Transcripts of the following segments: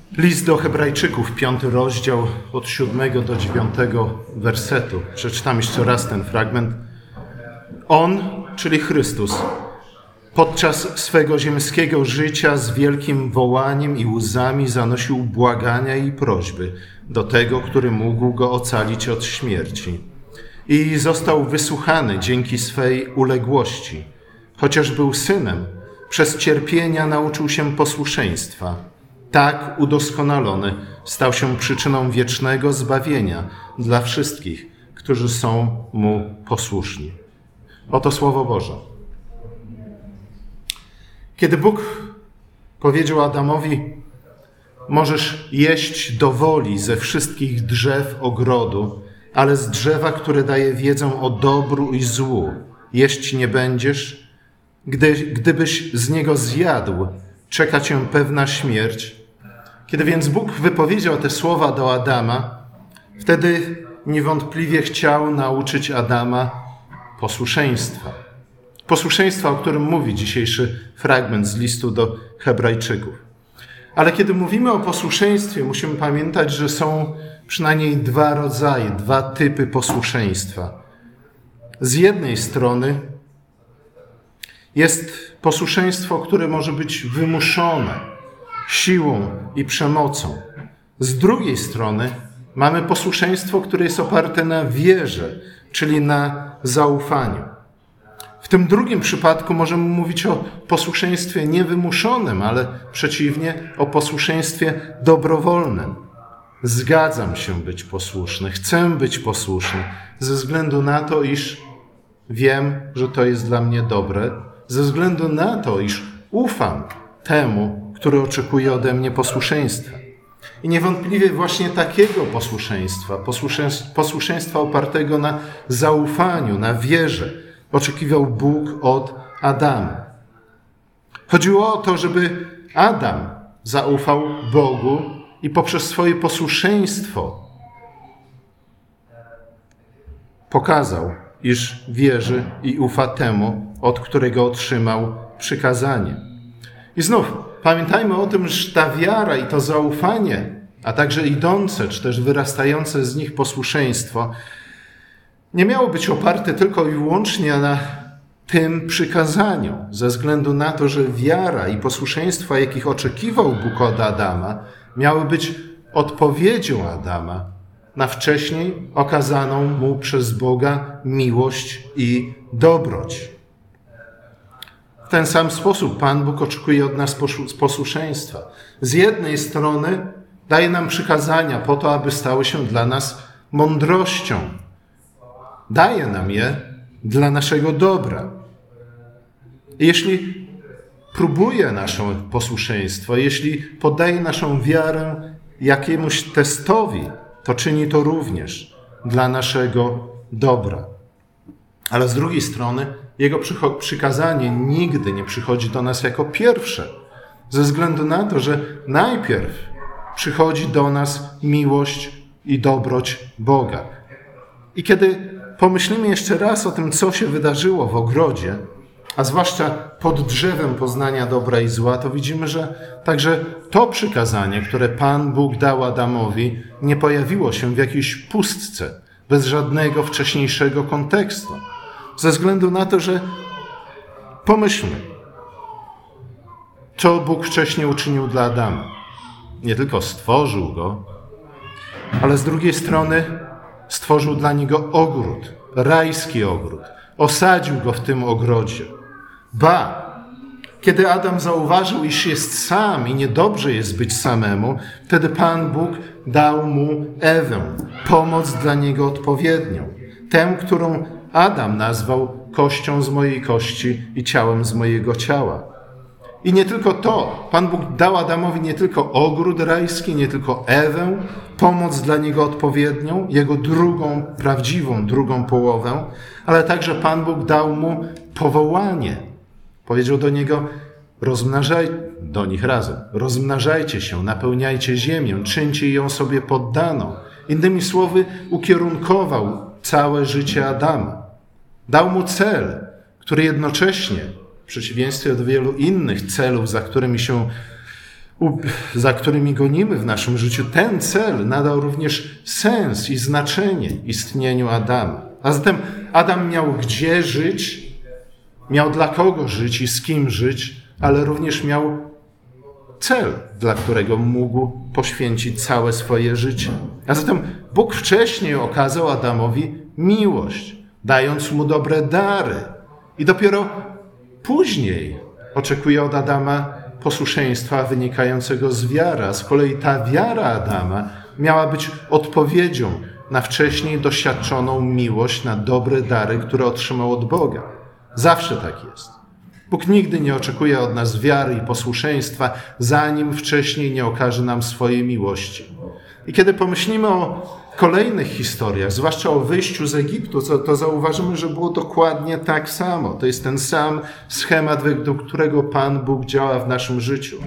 List do Hebrajczyków, 5 rozdział, od 7 do 9 wersetu. Przeczytam jeszcze raz ten fragment. On, czyli Chrystus, podczas swego ziemskiego życia z wielkim wołaniem i łzami zanosił błagania i prośby do tego, który mógł go ocalić od śmierci. I został wysłuchany dzięki swej uległości. Chociaż był synem, przez cierpienia nauczył się posłuszeństwa. Tak udoskonalony stał się przyczyną wiecznego zbawienia dla wszystkich, którzy są mu posłuszni. Oto Słowo Boże. Kiedy Bóg powiedział Adamowi: możesz jeść do woli ze wszystkich drzew ogrodu, ale z drzewa, które daje wiedzę o dobru i złu, jeść nie będziesz, gdybyś z niego zjadł, czeka cię pewna śmierć. Kiedy więc Bóg wypowiedział te słowa do Adama, wtedy niewątpliwie chciał nauczyć Adama posłuszeństwa. Posłuszeństwa, o którym mówi dzisiejszy fragment z listu do Hebrajczyków. Ale kiedy mówimy o posłuszeństwie, musimy pamiętać, że są przynajmniej dwa rodzaje, dwa typy posłuszeństwa. Z jednej strony jest posłuszeństwo, które może być wymuszone siłą i przemocą. Z drugiej strony mamy posłuszeństwo, które jest oparte na wierze, czyli na zaufaniu. W tym drugim przypadku możemy mówić o posłuszeństwie niewymuszonym, ale przeciwnie, o posłuszeństwie dobrowolnym. Zgadzam się być posłuszny, chcę być posłuszny, ze względu na to, iż wiem, że to jest dla mnie dobre, ze względu na to, iż ufam temu, który oczekuje ode mnie posłuszeństwa. I niewątpliwie właśnie takiego posłuszeństwa opartego na zaufaniu, na wierze, oczekiwał Bóg od Adama. Chodziło o to, żeby Adam zaufał Bogu i poprzez swoje posłuszeństwo pokazał, iż wierzy i ufa temu, od którego otrzymał przykazanie. I znów pamiętajmy o tym, że ta wiara i to zaufanie, a także idące, czy też wyrastające z nich posłuszeństwo nie miało być oparte tylko i wyłącznie na tym przykazaniu, ze względu na to, że wiara i posłuszeństwa, jakich oczekiwał Bóg od Adama, miały być odpowiedzią Adama na wcześniej okazaną mu przez Boga miłość i dobroć. W ten sam sposób Pan Bóg oczekuje od nas posłuszeństwa. Z jednej strony daje nam przykazania po to, aby stały się dla nas mądrością. Daje nam je dla naszego dobra. I jeśli próbuje nasze posłuszeństwo, jeśli poddaje naszą wiarę jakiemuś testowi, to czyni to również dla naszego dobra. Ale z drugiej strony Jego przykazanie nigdy nie przychodzi do nas jako pierwsze, ze względu na to, że najpierw przychodzi do nas miłość i dobroć Boga. I kiedy pomyślimy jeszcze raz o tym, co się wydarzyło w ogrodzie, a zwłaszcza pod drzewem poznania dobra i zła, to widzimy, że także to przykazanie, które Pan Bóg dał Adamowi, nie pojawiło się w jakiejś pustce, bez żadnego wcześniejszego kontekstu. Ze względu na to, że pomyślmy, co Bóg wcześniej uczynił dla Adama. Nie tylko stworzył go, ale z drugiej strony stworzył dla niego ogród, rajski ogród. Osadził go w tym ogrodzie. Ba, kiedy Adam zauważył, iż jest sam i niedobrze jest być samemu, wtedy Pan Bóg dał mu Ewę, pomoc dla niego odpowiednią. Tę, którą Adam nazwał kością z mojej kości i ciałem z mojego ciała. I nie tylko to. Pan Bóg dał Adamowi nie tylko ogród rajski, nie tylko Ewę, pomoc dla niego odpowiednią, jego drugą, prawdziwą drugą połowę, ale także Pan Bóg dał mu powołanie. Powiedział do niego: do nich razem, rozmnażajcie się, napełniajcie ziemię, czyńcie ją sobie poddaną. Innymi słowy, ukierunkował całe życie Adama. Dał mu cel, który jednocześnie, w przeciwieństwie do wielu innych celów, za którymi się za którymi gonimy w naszym życiu, ten cel nadał również sens i znaczenie istnieniu Adama. A zatem Adam miał gdzie żyć, miał dla kogo żyć i z kim żyć, ale również miał cel, dla którego mógł poświęcić całe swoje życie. A zatem Bóg wcześniej okazał Adamowi miłość, dając mu dobre dary. I dopiero później oczekuje od Adama posłuszeństwa wynikającego z wiary. A z kolei ta wiara Adama miała być odpowiedzią na wcześniej doświadczoną miłość, na dobre dary, które otrzymał od Boga. Zawsze tak jest. Bóg nigdy nie oczekuje od nas wiary i posłuszeństwa, zanim wcześniej nie okaże nam swojej miłości. I kiedy pomyślimy o kolejnych historiach, zwłaszcza o wyjściu z Egiptu, to zauważymy, że było dokładnie tak samo. To jest ten sam schemat, według którego Pan Bóg działa w naszym życiu.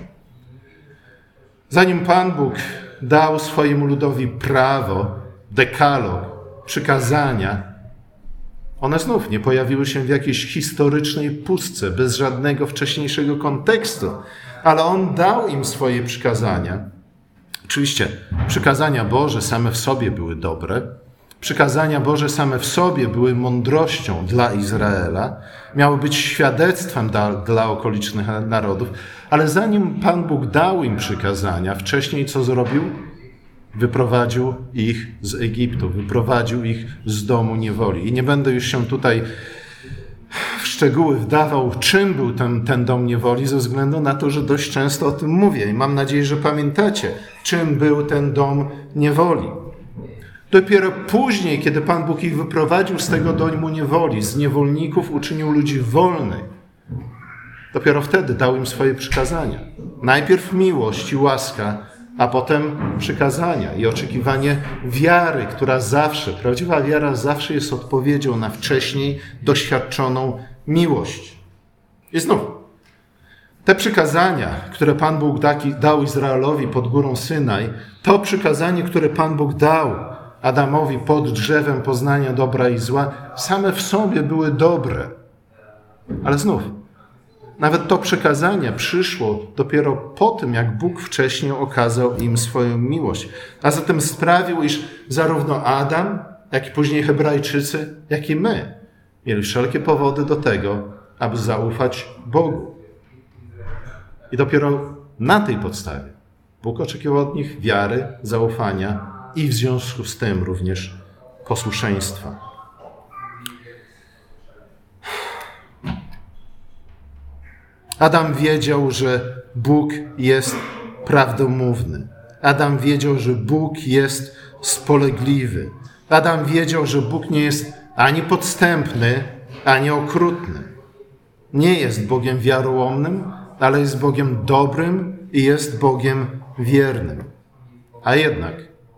Zanim Pan Bóg dał swojemu ludowi prawo, dekalog, przykazania, one znów nie pojawiły się w jakiejś historycznej pustce, bez żadnego wcześniejszego kontekstu, ale On dał im swoje przykazania. Oczywiście przykazania Boże same w sobie były dobre, przykazania Boże same w sobie były mądrością dla Izraela, miały być świadectwem dla okolicznych narodów, ale zanim Pan Bóg dał im przykazania, wcześniej co zrobił? Wyprowadził ich z Egiptu, wyprowadził ich z domu niewoli. I nie będę już się tutaj w szczegóły wdawał, czym był ten dom niewoli, ze względu na to, że dość często o tym mówię i mam nadzieję, że pamiętacie, czym był ten dom niewoli. Dopiero później, kiedy Pan Bóg ich wyprowadził z tego domu niewoli, z niewolników uczynił ludzi wolnych, dopiero wtedy dał im swoje przykazania. Najpierw miłość i łaska, a potem przykazania i oczekiwanie wiary, która zawsze, prawdziwa wiara zawsze jest odpowiedzią na wcześniej doświadczoną miłość. I znów, te przykazania, które Pan Bóg dał Izraelowi pod górą Synaj, to przykazanie, które Pan Bóg dał Adamowi pod drzewem poznania dobra i zła, same w sobie były dobre. Ale znów, nawet to przekazanie przyszło dopiero po tym, jak Bóg wcześniej okazał im swoją miłość. A zatem sprawił, iż zarówno Adam, jak i później Hebrajczycy, jak i my mieli wszelkie powody do tego, aby zaufać Bogu. I dopiero na tej podstawie Bóg oczekiwał od nich wiary, zaufania i w związku z tym również posłuszeństwa. Adam wiedział, że Bóg jest prawdomówny. Adam wiedział, że Bóg jest spolegliwy. Adam wiedział, że Bóg nie jest ani podstępny, ani okrutny. Nie jest Bogiem wiarołomnym, ale jest Bogiem dobrym i jest Bogiem wiernym. A jednak,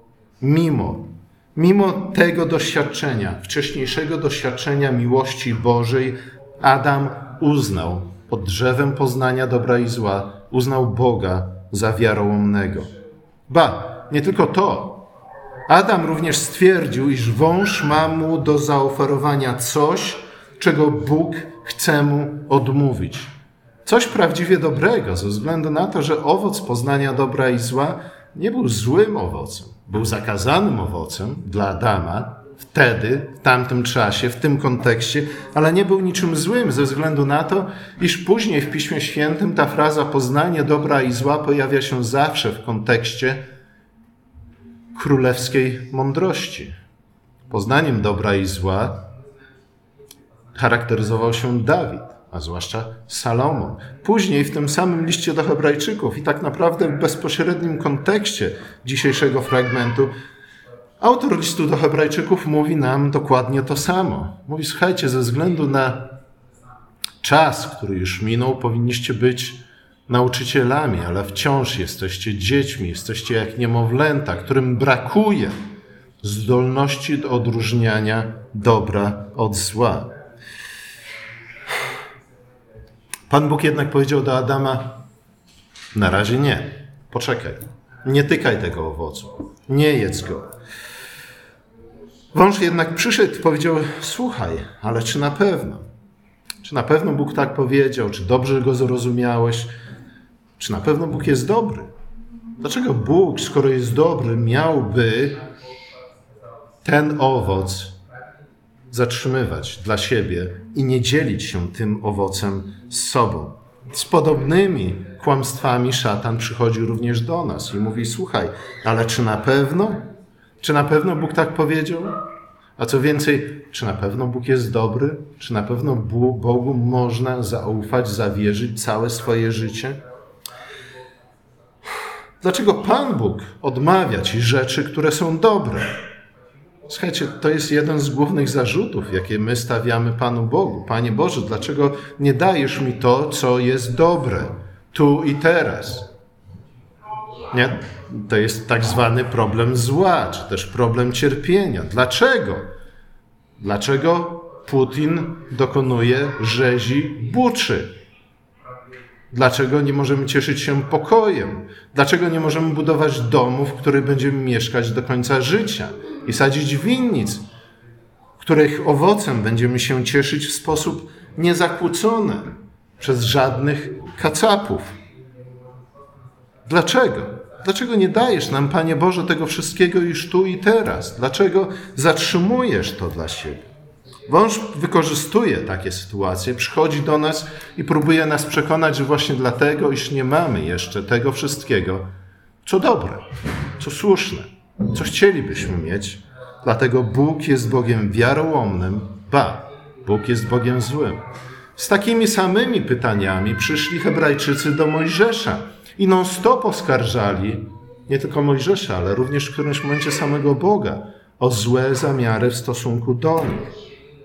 mimo tego doświadczenia, wcześniejszego doświadczenia miłości Bożej, Adam uznał pod drzewem poznania dobra i zła, uznał Boga za wiarołomnego. Ba, nie tylko to. Adam również stwierdził, iż wąż ma mu do zaoferowania coś, czego Bóg chce mu odmówić. Coś prawdziwie dobrego, ze względu na to, że owoc poznania dobra i zła nie był złym owocem. Był zakazanym owocem dla Adama, wtedy, w tamtym czasie, w tym kontekście, ale nie był niczym złym ze względu na to, iż później w Piśmie Świętym ta fraza poznanie dobra i zła pojawia się zawsze w kontekście królewskiej mądrości. Poznaniem dobra i zła charakteryzował się Dawid, a zwłaszcza Salomon. Później w tym samym liście do Hebrajczyków i tak naprawdę w bezpośrednim kontekście dzisiejszego fragmentu autor listu do Hebrajczyków mówi nam dokładnie to samo. Mówi, słuchajcie, ze względu na czas, który już minął, powinniście być nauczycielami, ale wciąż jesteście dziećmi, jesteście jak niemowlęta, którym brakuje zdolności do odróżniania dobra od zła. Pan Bóg jednak powiedział do Adama, na razie nie, poczekaj, nie tykaj tego owocu, nie jedz go. Wąż jednak przyszedł i powiedział, słuchaj, ale czy na pewno? Czy na pewno Bóg tak powiedział? Czy dobrze go zrozumiałeś? Czy na pewno Bóg jest dobry? Dlaczego Bóg, skoro jest dobry, miałby ten owoc zatrzymywać dla siebie i nie dzielić się tym owocem z sobą? Z podobnymi kłamstwami szatan przychodzi również do nas i mówi: słuchaj, ale czy na pewno? Czy na pewno Bóg tak powiedział? A co więcej, czy na pewno Bóg jest dobry? Czy na pewno Bogu można zaufać, zawierzyć całe swoje życie? Dlaczego Pan Bóg odmawia ci rzeczy, które są dobre? Słuchajcie, to jest jeden z głównych zarzutów, jakie my stawiamy Panu Bogu. Panie Boże, dlaczego nie dajesz mi to, co jest dobre, tu i teraz? Nie? To jest tak zwany problem zła, czy też problem cierpienia. Dlaczego? Dlaczego Putin dokonuje rzezi buczy? Dlaczego nie możemy cieszyć się pokojem? Dlaczego nie możemy budować domów, w których będziemy mieszkać do końca życia i sadzić winnic, których owocem będziemy się cieszyć w sposób niezakłócony przez żadnych kacapów? Dlaczego? Dlaczego nie dajesz nam, Panie Boże, tego wszystkiego już tu i teraz? Dlaczego zatrzymujesz to dla siebie? Wąż wykorzystuje takie sytuacje, przychodzi do nas i próbuje nas przekonać, że właśnie dlatego, iż nie mamy jeszcze tego wszystkiego, co dobre, co słuszne, co chcielibyśmy mieć. Dlatego Bóg jest Bogiem wiarołomnym, Bóg jest Bogiem złym. Z takimi samymi pytaniami przyszli Hebrajczycy do Mojżesza i non-stop oskarżali nie tylko Mojżesza, ale również w którymś momencie samego Boga o złe zamiary w stosunku do nich.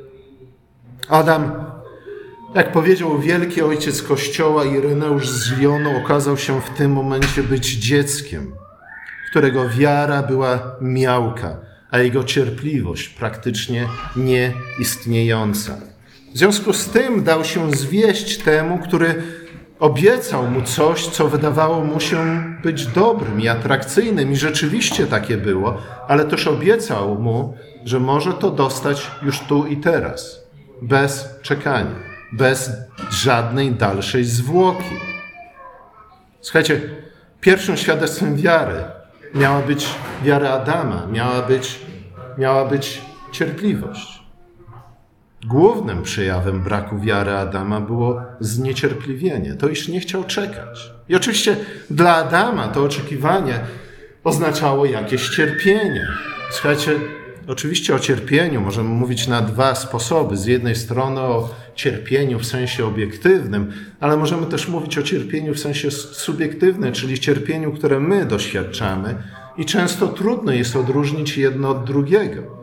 Adam, jak powiedział wielki ojciec Kościoła Ireneusz z Lyonu, okazał się w tym momencie być dzieckiem, którego wiara była miałka, a jego cierpliwość praktycznie nieistniejąca. W związku z tym dał się zwieść temu, który obiecał mu coś, co wydawało mu się być dobrym i atrakcyjnym, i rzeczywiście takie było, ale też obiecał mu, że może to dostać już tu i teraz, bez czekania, bez żadnej dalszej zwłoki. Słuchajcie, pierwszym świadectwem wiary miała być wiara Adama, miała być cierpliwość. Głównym przejawem braku wiary Adama było zniecierpliwienie, to iż nie chciał czekać. I oczywiście dla Adama to oczekiwanie oznaczało jakieś cierpienie. Słuchajcie, oczywiście o cierpieniu możemy mówić na dwa sposoby. Z jednej strony o cierpieniu w sensie obiektywnym, ale możemy też mówić o cierpieniu w sensie subiektywnym, czyli cierpieniu, które my doświadczamy i często trudno jest odróżnić jedno od drugiego.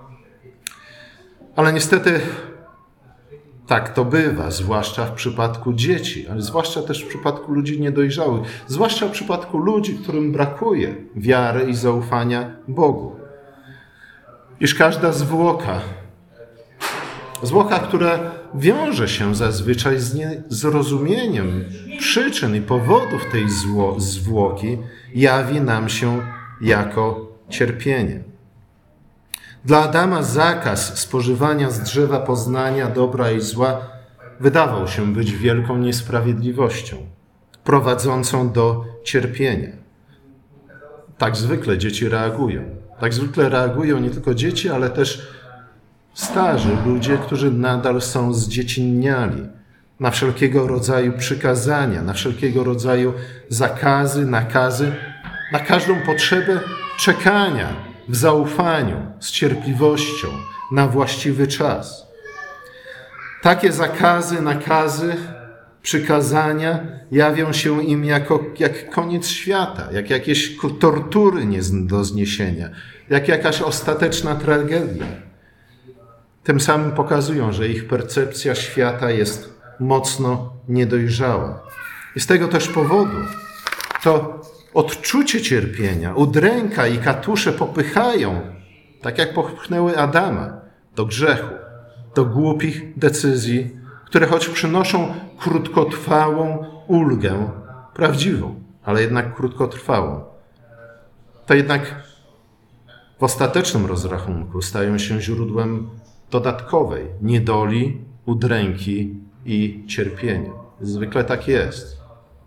Ale niestety tak to bywa, zwłaszcza w przypadku dzieci, ale zwłaszcza też w przypadku ludzi niedojrzałych, zwłaszcza w przypadku ludzi, którym brakuje wiary i zaufania Bogu. Iż każda zwłoka, która wiąże się zazwyczaj z niezrozumieniem przyczyn i powodów tej zwłoki, jawi nam się jako cierpienie. Dla Adama zakaz spożywania z drzewa poznania dobra i zła wydawał się być wielką niesprawiedliwością, prowadzącą do cierpienia. Tak zwykle dzieci reagują. Tak zwykle reagują nie tylko dzieci, ale też starzy ludzie, którzy nadal są zdziecinniali na wszelkiego rodzaju przykazania, na wszelkiego rodzaju zakazy, nakazy, na każdą potrzebę czekania w zaufaniu, z cierpliwością, na właściwy czas. Takie zakazy, nakazy, przykazania jawią się im jak koniec świata, jak jakieś tortury nie do zniesienia, jak jakaś ostateczna tragedia. Tym samym pokazują, że ich percepcja świata jest mocno niedojrzała. I z tego też powodu to odczucie cierpienia, udręka i katusze popychają, tak jak popchnęły Adama, do grzechu, do głupich decyzji, które choć przynoszą krótkotrwałą ulgę, prawdziwą, ale jednak krótkotrwałą, to jednak w ostatecznym rozrachunku stają się źródłem dodatkowej niedoli, udręki i cierpienia. Zwykle tak jest.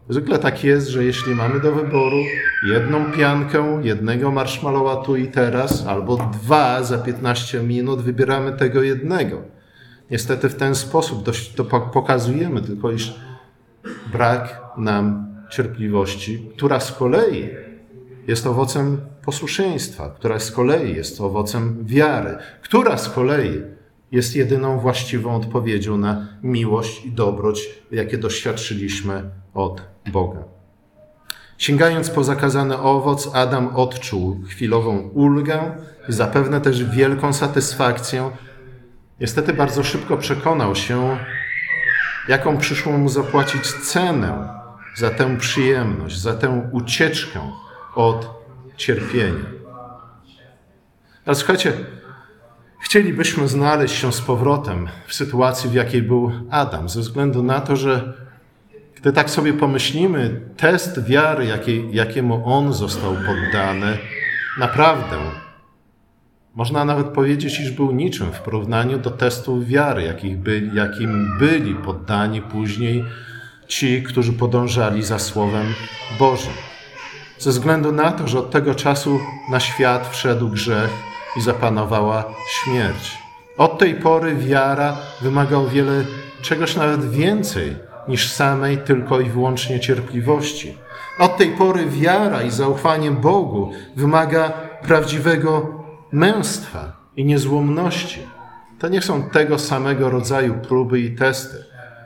Zwykle tak jest, że jeśli mamy do wyboru jedną piankę, jednego marshmallowa tu i teraz, albo 2 za 15 minut, wybieramy tego jednego. Niestety w ten sposób to pokazujemy tylko, iż brak nam cierpliwości, która z kolei jest owocem posłuszeństwa, która z kolei jest owocem wiary, która z kolei jest jedyną właściwą odpowiedzią na miłość i dobroć, jakie doświadczyliśmy od Boga. Sięgając po zakazany owoc, Adam odczuł chwilową ulgę i zapewne też wielką satysfakcję. Niestety bardzo szybko przekonał się, jaką przyszło mu zapłacić cenę za tę przyjemność, za tę ucieczkę od cierpienia. Ale słuchajcie, chcielibyśmy znaleźć się z powrotem w sytuacji, w jakiej był Adam, ze względu na to, że gdy tak sobie pomyślimy, test wiary, jakiemu on został poddany, naprawdę można nawet powiedzieć, iż był niczym w porównaniu do testów wiary, jakim byli poddani później ci, którzy podążali za Słowem Bożym. Ze względu na to, że od tego czasu na świat wszedł grzech i zapanowała śmierć. Od tej pory wiara wymaga o wiele czegoś nawet więcej niż samej tylko i wyłącznie cierpliwości. Od tej pory wiara i zaufanie Bogu wymaga prawdziwego męstwa i niezłomności. To nie są tego samego rodzaju próby i testy,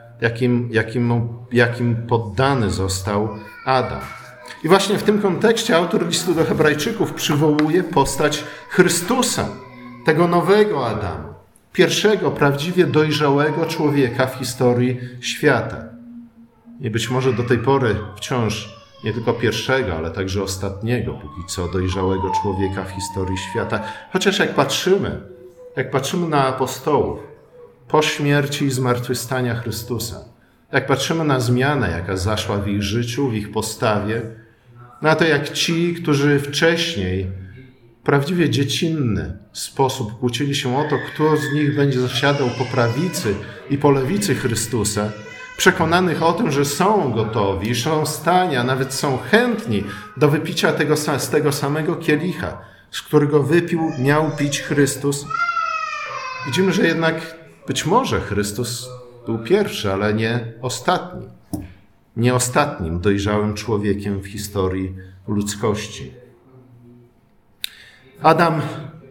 jakim poddany został Adam. I właśnie w tym kontekście autor listu do Hebrajczyków przywołuje postać Chrystusa, tego nowego Adama, pierwszego prawdziwie dojrzałego człowieka w historii świata. I być może do tej pory wciąż nie tylko pierwszego, ale także ostatniego, póki co dojrzałego człowieka w historii świata. Chociaż jak patrzymy na apostołów po śmierci i zmartwychwstania Chrystusa, jak patrzymy na zmianę, jaka zaszła w ich życiu, w ich postawie, na to, jak ci, którzy wcześniej w prawdziwie dziecinny sposób kłócili się o to, kto z nich będzie zasiadał po prawicy i po lewicy Chrystusa, przekonanych o tym, że są gotowi, są w stanie, a nawet są chętni do wypicia z tego samego kielicha, z którego miał pić Chrystus. Widzimy, że jednak być może Chrystus był pierwszy, ale nie ostatni. Nie ostatnim dojrzałym człowiekiem w historii ludzkości. Adam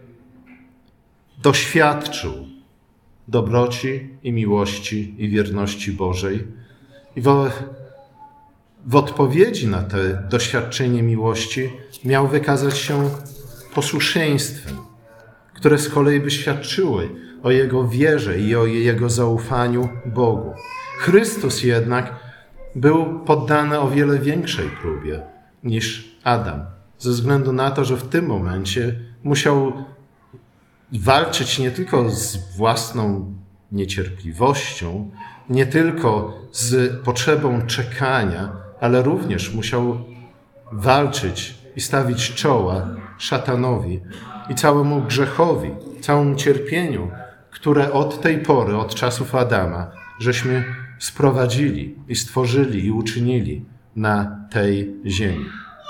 doświadczył dobroci i miłości i wierności Bożej i w odpowiedzi na to doświadczenie miłości miał wykazać się posłuszeństwem, które z kolei by świadczyły o jego wierze i o jego zaufaniu Bogu. Chrystus jednak był poddany o wiele większej próbie niż Adam, ze względu na to, że w tym momencie musiał walczyć nie tylko z własną niecierpliwością, nie tylko z potrzebą czekania, ale również musiał walczyć i stawić czoła szatanowi i całemu grzechowi, całemu cierpieniu, które od tej pory, od czasów Adama, żeśmy sprowadzili i stworzyli i uczynili na tej ziemi.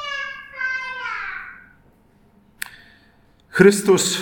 Chrystus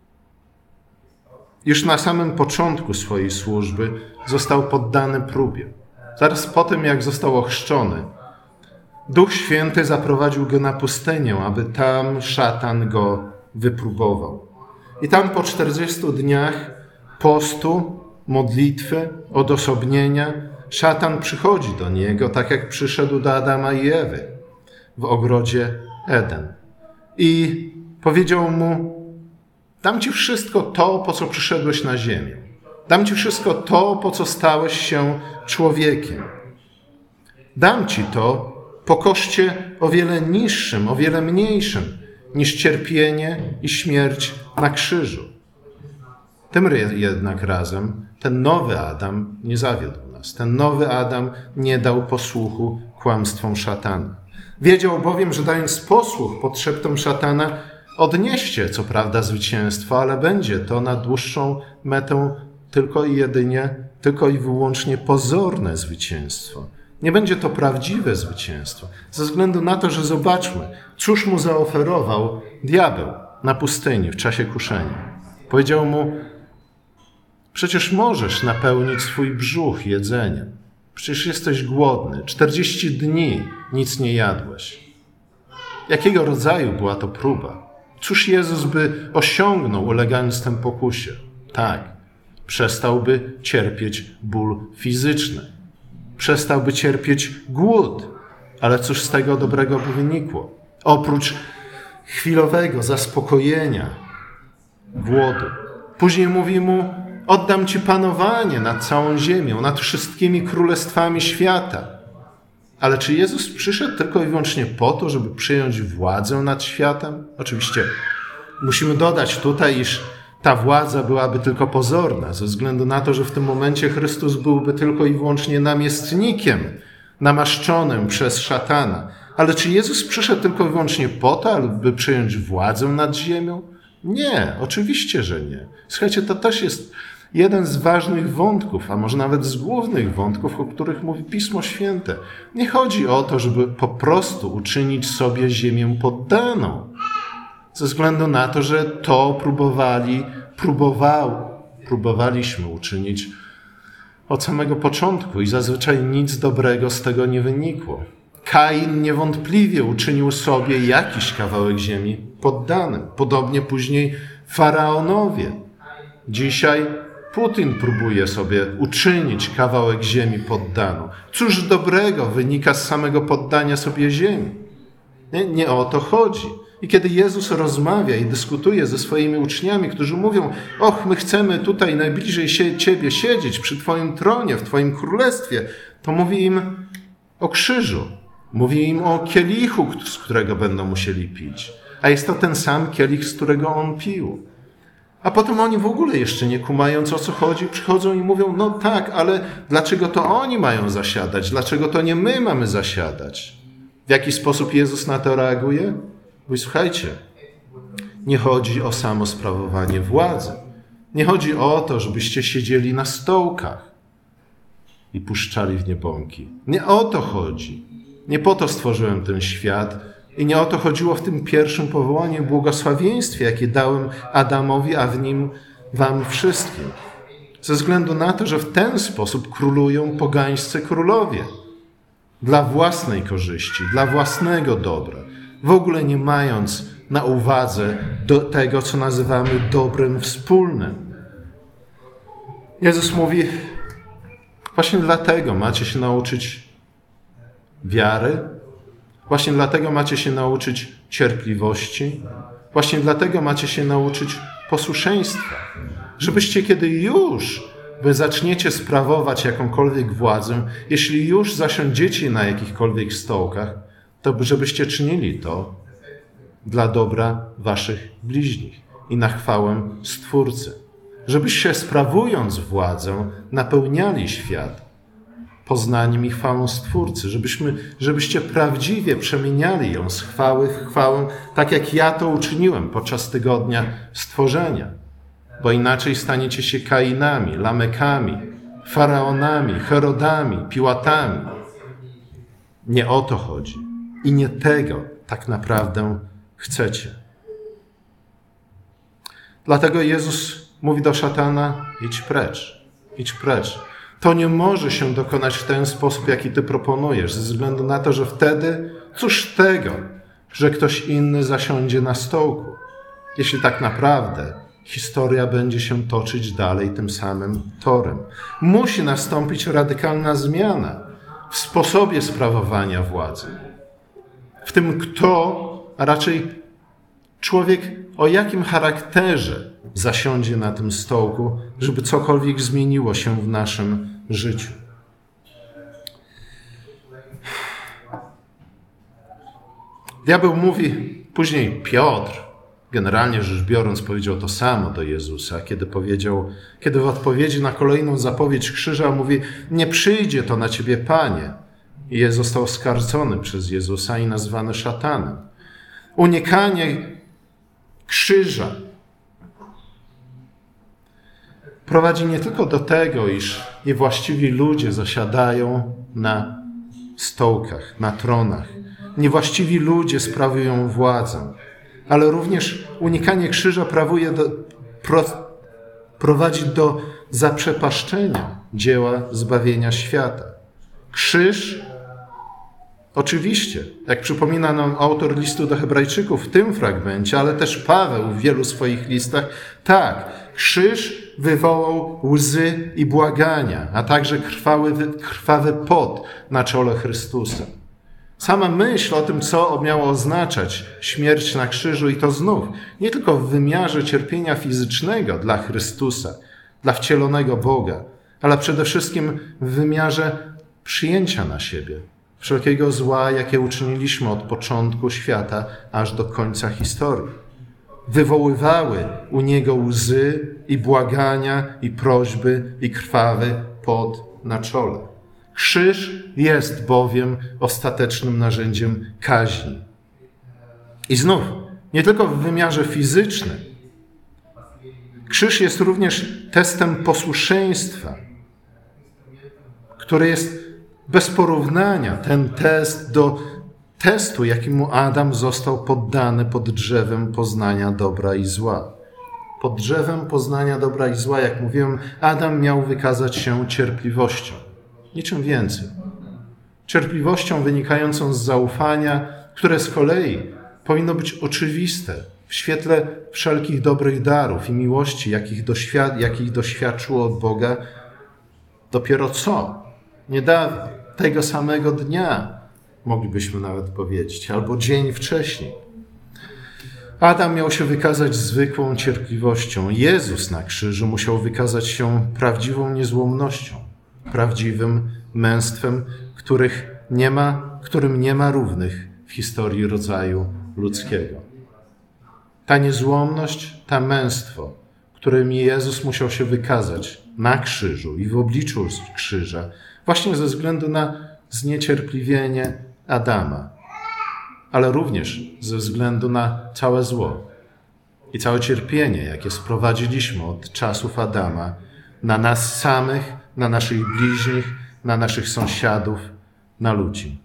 już na samym początku swojej służby został poddany próbie. Zaraz po tym, jak został ochrzczony, Duch Święty zaprowadził go na pustynię, aby tam szatan go wypróbował. I tam po 40 dniach postu, modlitwy, odosobnienia, szatan przychodzi do niego, tak jak przyszedł do Adama i Ewy w ogrodzie Eden. I powiedział mu: dam ci wszystko to, po co przyszedłeś na ziemię. Dam ci wszystko to, po co stałeś się człowiekiem. Dam ci to po koszcie o wiele niższym, o wiele mniejszym niż cierpienie i śmierć na krzyżu. Tym jednak razem ten nowy Adam nie zawiódł nas. Ten nowy Adam nie dał posłuchu kłamstwom szatana. Wiedział bowiem, że dając posłuch pod szeptom szatana, odnieście co prawda zwycięstwo, ale będzie to na dłuższą metę tylko i wyłącznie pozorne zwycięstwo. Nie będzie to prawdziwe zwycięstwo. Ze względu na to, że zobaczmy, cóż mu zaoferował diabeł na pustyni w czasie kuszenia. Powiedział mu, przecież możesz napełnić swój brzuch jedzeniem. Przecież jesteś głodny. 40 dni nic nie jadłeś. Jakiego rodzaju była to próba? Cóż Jezus by osiągnął, ulegając temu pokusie? Tak, przestałby cierpieć ból fizyczny. Przestałby cierpieć głód. Ale cóż z tego dobrego by wynikło? Oprócz chwilowego zaspokojenia głodu. Później mówi mu, oddam ci panowanie nad całą ziemią, nad wszystkimi królestwami świata. Ale czy Jezus przyszedł tylko i wyłącznie po to, żeby przyjąć władzę nad światem? Oczywiście musimy dodać tutaj, iż ta władza byłaby tylko pozorna, ze względu na to, że w tym momencie Chrystus byłby tylko i wyłącznie namiestnikiem, namaszczonym przez szatana. Ale czy Jezus przyszedł tylko i wyłącznie po to, aby przyjąć władzę nad ziemią? Nie, oczywiście, że nie. Słuchajcie, to też jest jeden z ważnych wątków, a może nawet z głównych wątków, o których mówi Pismo Święte. Nie chodzi o to, żeby po prostu uczynić sobie ziemię poddaną. Ze względu na to, że to próbowaliśmy uczynić od samego początku i zazwyczaj nic dobrego z tego nie wynikło. Kain niewątpliwie uczynił sobie jakiś kawałek ziemi poddanym. Podobnie później faraonowie. Dzisiaj Putin próbuje sobie uczynić kawałek ziemi poddaną. Cóż dobrego wynika z samego poddania sobie ziemi? Nie o to chodzi. I kiedy Jezus rozmawia i dyskutuje ze swoimi uczniami, którzy mówią, my chcemy tutaj najbliżej Ciebie siedzieć przy Twoim tronie, w Twoim królestwie, to mówi im o krzyżu. Mówi im o kielichu, z którego będą musieli pić. A jest to ten sam kielich, z którego On pił. A potem oni w ogóle jeszcze nie kumając, o co chodzi, przychodzą i mówią, no tak, ale dlaczego to oni mają zasiadać? Dlaczego to nie my mamy zasiadać? W jaki sposób Jezus na to reaguje? Mówi, słuchajcie, nie chodzi o samo sprawowanie władzy. Nie chodzi o to, żebyście siedzieli na stołkach i puszczali w nie bąki. Nie o to chodzi. Nie po to stworzyłem ten świat i nie o to chodziło w tym pierwszym powołaniu błogosławieństwie, jakie dałem Adamowi, a w nim wam wszystkim. Ze względu na to, że w ten sposób królują pogańscy królowie. Dla własnej korzyści, dla własnego dobra. W ogóle nie mając na uwadze do tego, co nazywamy dobrem wspólnym. Jezus mówi, właśnie dlatego macie się nauczyć wiary, właśnie dlatego macie się nauczyć cierpliwości, właśnie dlatego macie się nauczyć posłuszeństwa. Żebyście, kiedy już wy zaczniecie sprawować jakąkolwiek władzę, jeśli już zasiądziecie na jakichkolwiek stołkach, to żebyście czynili to dla dobra waszych bliźnich i na chwałę Stwórcy. Żebyście sprawując władzę napełniali świat poznaniem i chwałą Stwórcy. Żebyście prawdziwie przemieniali ją z chwały w chwałę, tak jak ja to uczyniłem podczas tygodnia stworzenia. Bo inaczej staniecie się Kainami, Lamekami, Faraonami, Herodami, Piłatami. Nie o to chodzi. I nie tego tak naprawdę chcecie. Dlatego Jezus mówi do szatana, idź precz, idź precz. To nie może się dokonać w ten sposób, jaki ty proponujesz, ze względu na to, że wtedy, cóż tego, że ktoś inny zasiądzie na stołku, jeśli tak naprawdę historia będzie się toczyć dalej tym samym torem. Musi nastąpić radykalna zmiana w sposobie sprawowania władzy. W tym kto, a raczej człowiek o jakim charakterze zasiądzie na tym stołku, żeby cokolwiek zmieniło się w naszym życiu. Diabeł mówi, później Piotr, generalnie rzecz biorąc, powiedział to samo do Jezusa, kiedy w odpowiedzi na kolejną zapowiedź krzyża mówi, nie przyjdzie to na ciebie, Panie. I Jezus został oskarżony przez Jezusa i nazwany szatanem. Unikanie krzyża prowadzi nie tylko do tego, iż niewłaściwi ludzie zasiadają na stołkach, na tronach. Niewłaściwi ludzie sprawują władzę, ale również unikanie krzyża prowadzi do zaprzepaszczenia dzieła zbawienia świata. Krzyż, oczywiście, jak przypomina nam autor listu do Hebrajczyków w tym fragmencie, ale też Paweł w wielu swoich listach, tak, krzyż wywołał łzy i błagania, a także krwawy pot na czole Chrystusa. Sama myśl o tym, co miało oznaczać śmierć na krzyżu i to znów, nie tylko w wymiarze cierpienia fizycznego dla Chrystusa, dla wcielonego Boga, ale przede wszystkim w wymiarze przyjęcia na siebie wszelkiego zła, jakie uczyniliśmy od początku świata aż do końca historii. Wywoływały u Niego łzy i błagania, i prośby, i krwawy pot na czole. Krzyż jest bowiem ostatecznym narzędziem kaźni. I znów, nie tylko w wymiarze fizycznym. Krzyż jest również testem posłuszeństwa, który jest bez porównania ten test do testu, jakiemu Adam został poddany pod drzewem poznania dobra i zła. Pod drzewem poznania dobra i zła, jak mówiłem, Adam miał wykazać się cierpliwością. Niczym więcej. Cierpliwością wynikającą z zaufania, które z kolei powinno być oczywiste w świetle wszelkich dobrych darów i miłości, jakich doświadczyło od Boga dopiero co? Niedawno, tego samego dnia, moglibyśmy nawet powiedzieć, albo dzień wcześniej. Adam miał się wykazać zwykłą cierpliwością. Jezus na krzyżu musiał wykazać się prawdziwą niezłomnością, prawdziwym męstwem, którym nie ma równych w historii rodzaju ludzkiego. Ta niezłomność, to męstwo, którym Jezus musiał się wykazać na krzyżu i w obliczu krzyża, właśnie ze względu na zniecierpliwienie Adama, ale również ze względu na całe zło i całe cierpienie, jakie sprowadziliśmy od czasów Adama na nas samych, na naszych bliźnich, na naszych sąsiadów, na ludzi.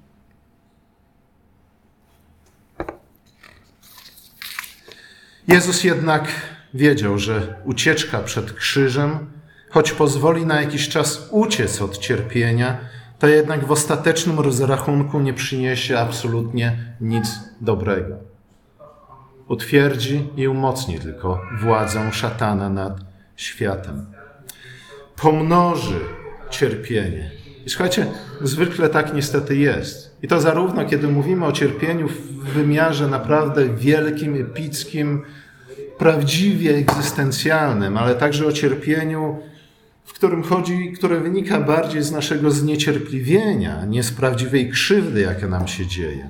Jezus jednak wiedział, że ucieczka przed krzyżem, choć pozwoli na jakiś czas uciec od cierpienia, to jednak w ostatecznym rozrachunku nie przyniesie absolutnie nic dobrego. Utwierdzi i umocni tylko władzę szatana nad światem. Pomnoży cierpienie. I słuchajcie, zwykle tak niestety jest. I to zarówno, kiedy mówimy o cierpieniu w wymiarze naprawdę wielkim, epickim, prawdziwie egzystencjalnym, ale także o cierpieniu, w którym chodzi, które wynika bardziej z naszego zniecierpliwienia, nie z prawdziwej krzywdy, jaka nam się dzieje.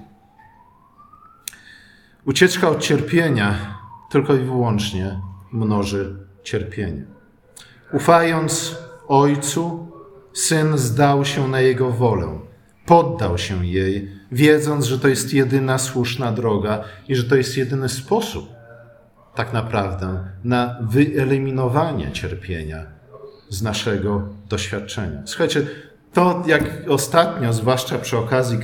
Ucieczka od cierpienia tylko i wyłącznie mnoży cierpienie. Ufając Ojcu, Syn zdał się na Jego wolę, poddał się jej, wiedząc, że to jest jedyna słuszna droga i że to jest jedyny sposób tak naprawdę na wyeliminowanie cierpienia z doświadczenia. Słuchajcie, to jak ostatnio, zwłaszcza przy okazji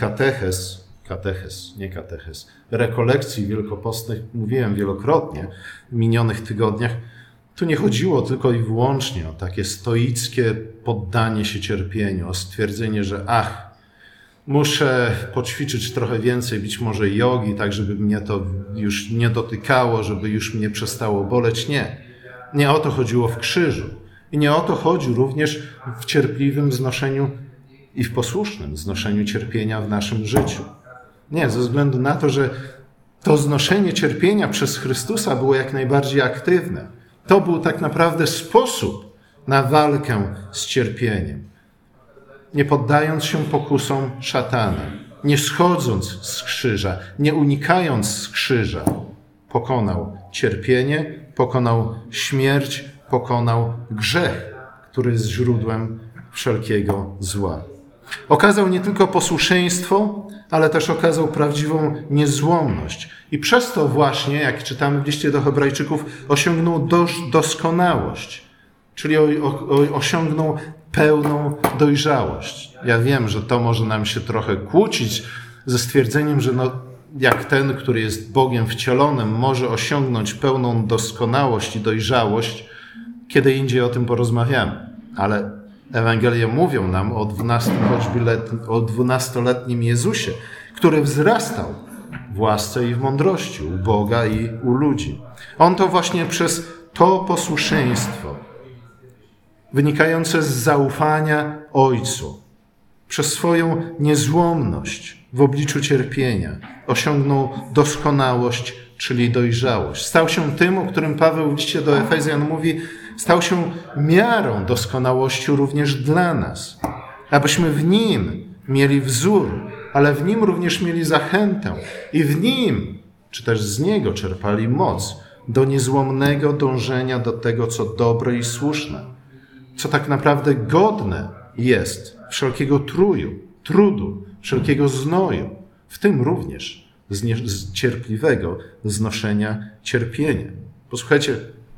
rekolekcji wielkopostnych, mówiłem wielokrotnie w minionych tygodniach, tu nie chodziło tylko i wyłącznie o takie stoickie poddanie się cierpieniu, o stwierdzenie, że muszę poćwiczyć trochę więcej, być może jogi, tak żeby mnie to już nie dotykało, żeby już mnie przestało boleć. Nie. Nie o to chodziło w krzyżu. I nie o to chodzi również w cierpliwym znoszeniu i w posłusznym znoszeniu cierpienia w naszym życiu. Nie, ze względu na to, że to znoszenie cierpienia przez Chrystusa było jak najbardziej aktywne. To był tak naprawdę sposób na walkę z cierpieniem. Nie poddając się pokusom szatana, nie schodząc z krzyża, nie unikając z krzyża, pokonał cierpienie, pokonał śmierć, pokonał grzech, który jest źródłem wszelkiego zła. Okazał nie tylko posłuszeństwo, ale też okazał prawdziwą niezłomność. I przez to właśnie, jak czytamy w liście do Hebrajczyków, osiągnął doskonałość, czyli osiągnął pełną dojrzałość. Ja wiem, że to może nam się trochę kłócić ze stwierdzeniem, że jak ten, który jest Bogiem wcielonym, może osiągnąć pełną doskonałość i dojrzałość, kiedy indziej o tym porozmawiamy. Ale Ewangelie mówią nam o 12-letnim Jezusie, który wzrastał w łasce i w mądrości u Boga i u ludzi. On to właśnie przez to posłuszeństwo wynikające z zaufania Ojcu, przez swoją niezłomność w obliczu cierpienia osiągnął doskonałość, czyli dojrzałość. Stał się tym, o którym Paweł w liście do Efezjan mówi, stał się miarą doskonałości również dla nas, abyśmy w Nim mieli wzór, ale w Nim również mieli zachętę i w Nim, czy też z Niego czerpali moc do niezłomnego dążenia do tego, co dobre i słuszne, co tak naprawdę godne jest wszelkiego trudu, wszelkiego znoju, w tym również z cierpliwego znoszenia cierpienia. Posłuchajcie,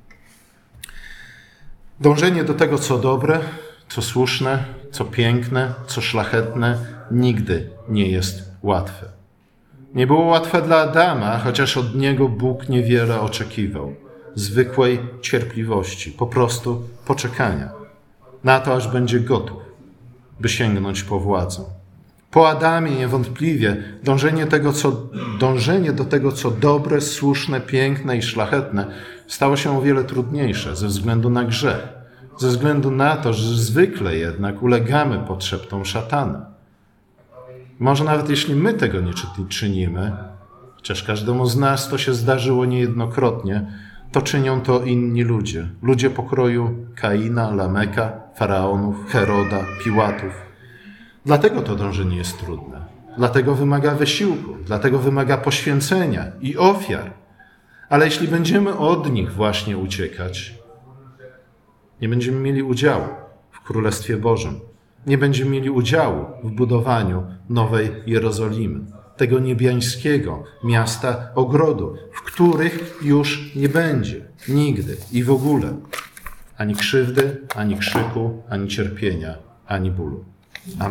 dążenie do tego, co dobre, co słuszne, co piękne, co szlachetne, nigdy nie jest łatwe. Nie było łatwe dla Adama, chociaż od niego Bóg niewiele oczekiwał. Zwykłej cierpliwości, po prostu poczekania na to, aż będzie gotów, by sięgnąć po władzę. Po Adamie niewątpliwie dążenie do tego, co dobre, słuszne, piękne i szlachetne, stało się o wiele trudniejsze ze względu na grzech, ze względu na to, że zwykle jednak ulegamy podszeptom szatana. Może nawet jeśli my tego nie czynimy, chociaż każdemu z nas to się zdarzyło niejednokrotnie, to czynią to inni ludzie. Ludzie pokroju Kaina, Lameka, Faraonów, Heroda, Piłatów. Dlatego to dążenie jest trudne. Dlatego wymaga wysiłku, dlatego wymaga poświęcenia i ofiar. Ale jeśli będziemy od nich właśnie uciekać, nie będziemy mieli udziału w Królestwie Bożym. Nie będziemy mieli udziału w budowaniu Nowej Jerozolimy, tego niebiańskiego miasta ogrodu, w których już nie będzie nigdy i w ogóle ani krzywdy, ani krzyku, ani cierpienia, ani bólu. Amen.